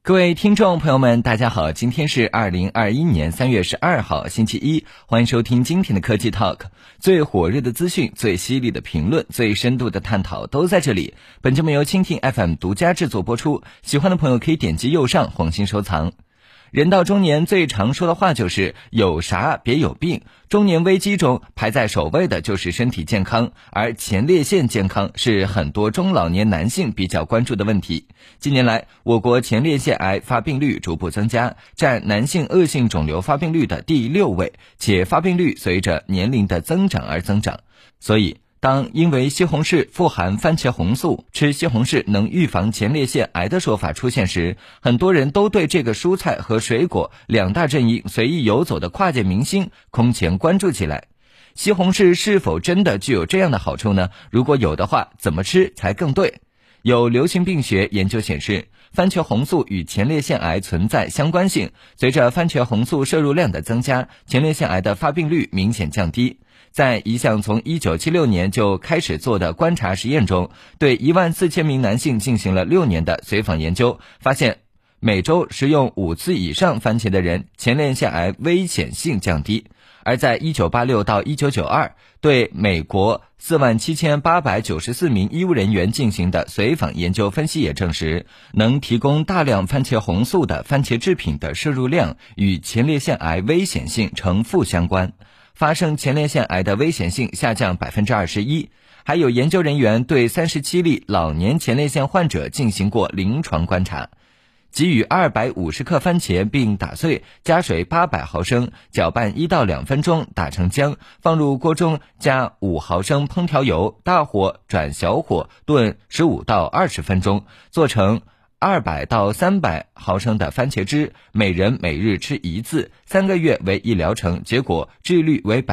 各位听众朋友们，大家好，今天是2021年3月12号，星期一，欢迎收听今天的科技 Talk， 最火热的资讯，最犀利的评论，最深度的探讨都在这里。本节目由蜻蜓 FM 独家制作播出，喜欢的朋友可以点击右上黄心收藏。人到中年最常说的话就是有啥别有病，中年危机中排在首位的就是身体健康，而前列腺健康是很多中老年男性比较关注的问题。近年来，我国前列腺癌发病率逐步增加，占男性恶性肿瘤发病率的第6位，且发病率随着年龄的增长而增长。所以当因为西红柿富含番茄红素，吃西红柿能预防前列腺癌的说法出现时，很多人都对这个蔬菜和水果两大阵营随意游走的跨界明星空前关注起来。西红柿是否真的具有这样的好处呢？如果有的话，怎么吃才更对？有流行病学研究显示，番茄红素与前列腺癌存在相关性，随着番茄红素摄入量的增加，前列腺癌的发病率明显降低。在一项从1976年就开始做的观察实验中，对14000名男性进行了6年的随访研究，发现每周食用5次以上番茄的人，前列腺癌危险性降低。而在1986到1992对美国47894名医务人员进行的随访研究分析也证实，能提供大量番茄红素的番茄制品的摄入量与前列腺癌危险性呈负相关，发生前列腺癌的危险性下降 21%。 还有研究人员对37例老年前列腺患者进行过临床观察，给予250克番茄并打碎，加水800毫升，搅拌1到2分钟，打成浆，放入锅中，加5毫升烹调油，大火转小火炖15到20分钟，做成200到300毫升的番茄汁，每人每日吃1次，3个月为一疗程，结果治愈率为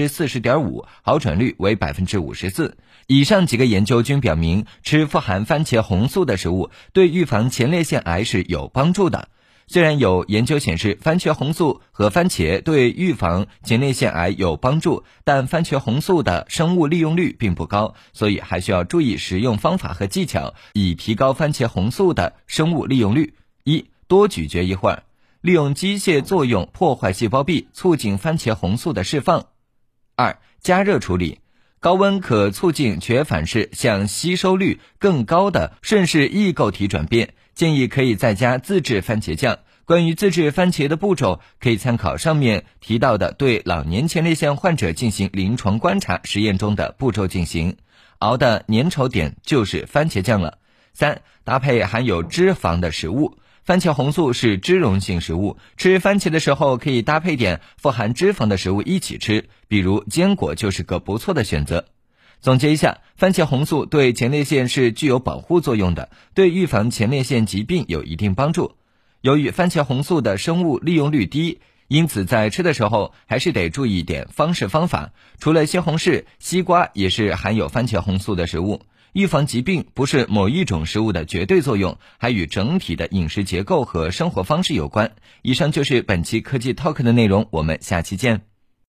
40.5%， 好转率为 54%。以上几个研究均表明，吃富含番茄红素的食物对预防前列腺癌是有帮助的。虽然有研究显示番茄红素和番茄对预防前列腺癌有帮助，但番茄红素的生物利用率并不高，所以还需要注意食用方法和技巧，以提高番茄红素的生物利用率。1. 多咀嚼一会儿，利用机械作用破坏细胞壁，促进番茄红素的释放。2. 加热处理，高温可促进缺反式向吸收率更高的顺势异构体转变，建议可以再加自制番茄酱。关于自制番茄的步骤，可以参考上面提到的对老年前列腺患者进行临床观察实验中的步骤进行。熬的粘稠点就是番茄酱了。3. 搭配含有脂肪的食物，番茄红素是脂溶性食物，吃番茄的时候可以搭配点富含脂肪的食物一起吃，比如坚果就是个不错的选择。总结一下，番茄红素对前列腺是具有保护作用的，对预防前列腺疾病有一定帮助。由于番茄红素的生物利用率低，因此在吃的时候还是得注意一点方式方法。除了西红柿，西瓜也是含有番茄红素的食物。预防疾病不是某一种食物的绝对作用，还与整体的饮食结构和生活方式有关。以上就是本期科技 Talk 的内容，我们下期见。